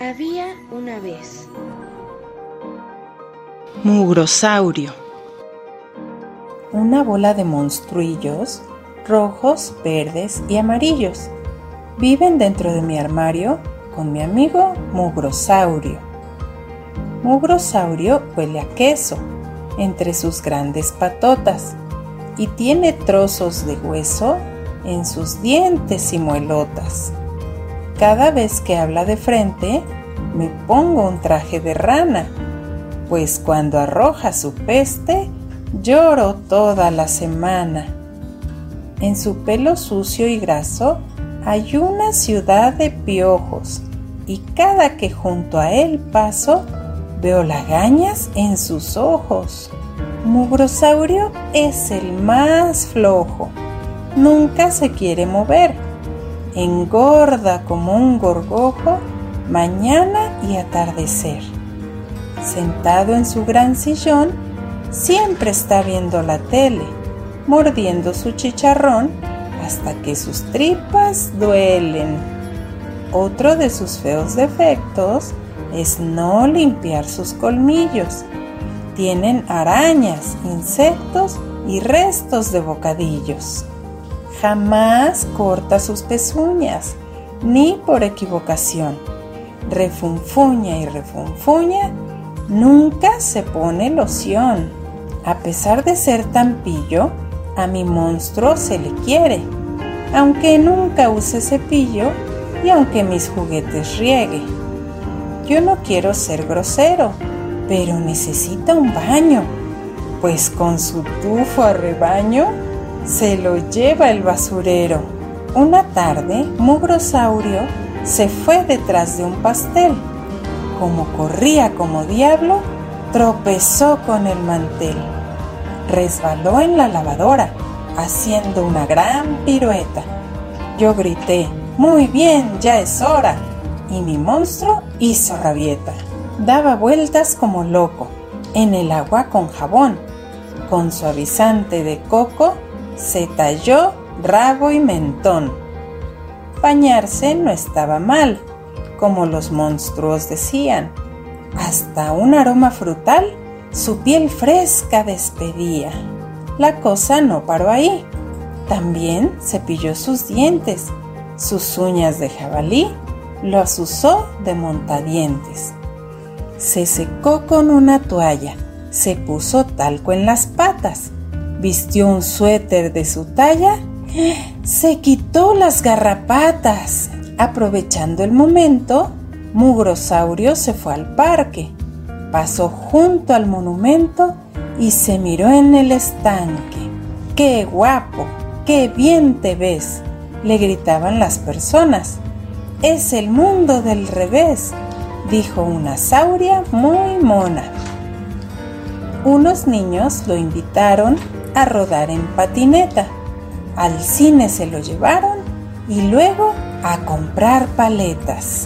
Había una vez. Mugrosaurio. Una bola de monstruillos, rojos, verdes y amarillos, viven dentro de mi armario con mi amigo Mugrosaurio. Mugrosaurio huele a queso entre sus grandes patotas y tiene trozos de hueso en sus dientes y muelotas. Cada vez que habla de frente, me pongo un traje de rana, pues cuando arroja su peste, lloro toda la semana. En su pelo sucio y graso hay una ciudad de piojos, y cada que junto a él paso, veo lagañas en sus ojos. Mugrosaurio es el más flojo, nunca se quiere mover, engorda como un gorgojo mañana y atardecer. Sentado en su gran sillón, siempre está viendo la tele, mordiendo su chicharrón hasta que sus tripas duelen. Otro de sus feos defectos es no limpiar sus colmillos. Tienen arañas, insectos y restos de bocadillos. Jamás corta sus pezuñas, ni por equivocación. Refunfuña y refunfuña, nunca se pone loción. A pesar de ser tan pillo, a mi monstruo se le quiere, aunque nunca use cepillo y aunque mis juguetes riegue. Yo no quiero ser grosero, pero necesita un baño, pues con su tufo a rebaño se lo lleva el basurero. Una tarde, Mugrosaurio se fue detrás de un pastel. Como corría como diablo, tropezó con el mantel. Resbaló en la lavadora, haciendo una gran pirueta. Yo grité, «¡Muy bien, ya es hora!», y mi monstruo hizo rabieta. Daba vueltas como loco, en el agua con jabón. Con suavizante de coco, se talló rabo y mentón. Bañarse no estaba mal, como los monstruos decían. Hasta un aroma frutal su piel fresca despedía. La cosa no paró ahí. También cepilló sus dientes. Sus uñas de jabalí los usó de montadientes. Se secó con una toalla, se puso talco en las patas, vistió un suéter de su talla, se quitó las garrapatas. Aprovechando el momento, Mugrosaurio se fue al parque, pasó junto al monumento y se miró en el estanque. ¡Qué guapo! ¡Qué bien te ves!, le gritaban las personas. «Es el mundo del revés», dijo una sauria muy mona. Unos niños lo invitaron a rodar en patineta. Al cine se lo llevaron y luego a comprar paletas.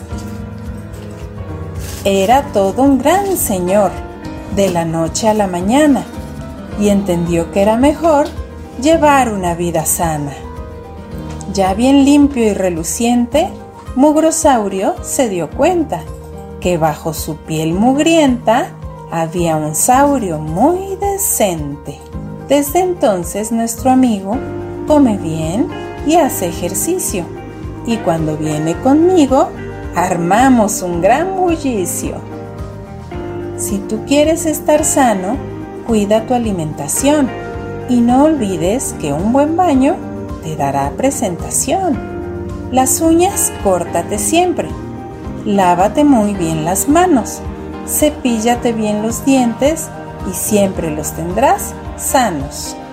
Era todo un gran señor, de la noche a la mañana, y entendió que era mejor llevar una vida sana. Ya bien limpio y reluciente, Mugrosaurio se dio cuenta que bajo su piel mugrienta había un saurio muy decente. Desde entonces nuestro amigo come bien y hace ejercicio, y cuando viene conmigo armamos un gran bullicio. Si tú quieres estar sano, cuida tu alimentación y no olvides que un buen baño te dará presentación. Las uñas córtate siempre, lávate muy bien las manos, cepíllate bien los dientes y siempre los tendrás sanos.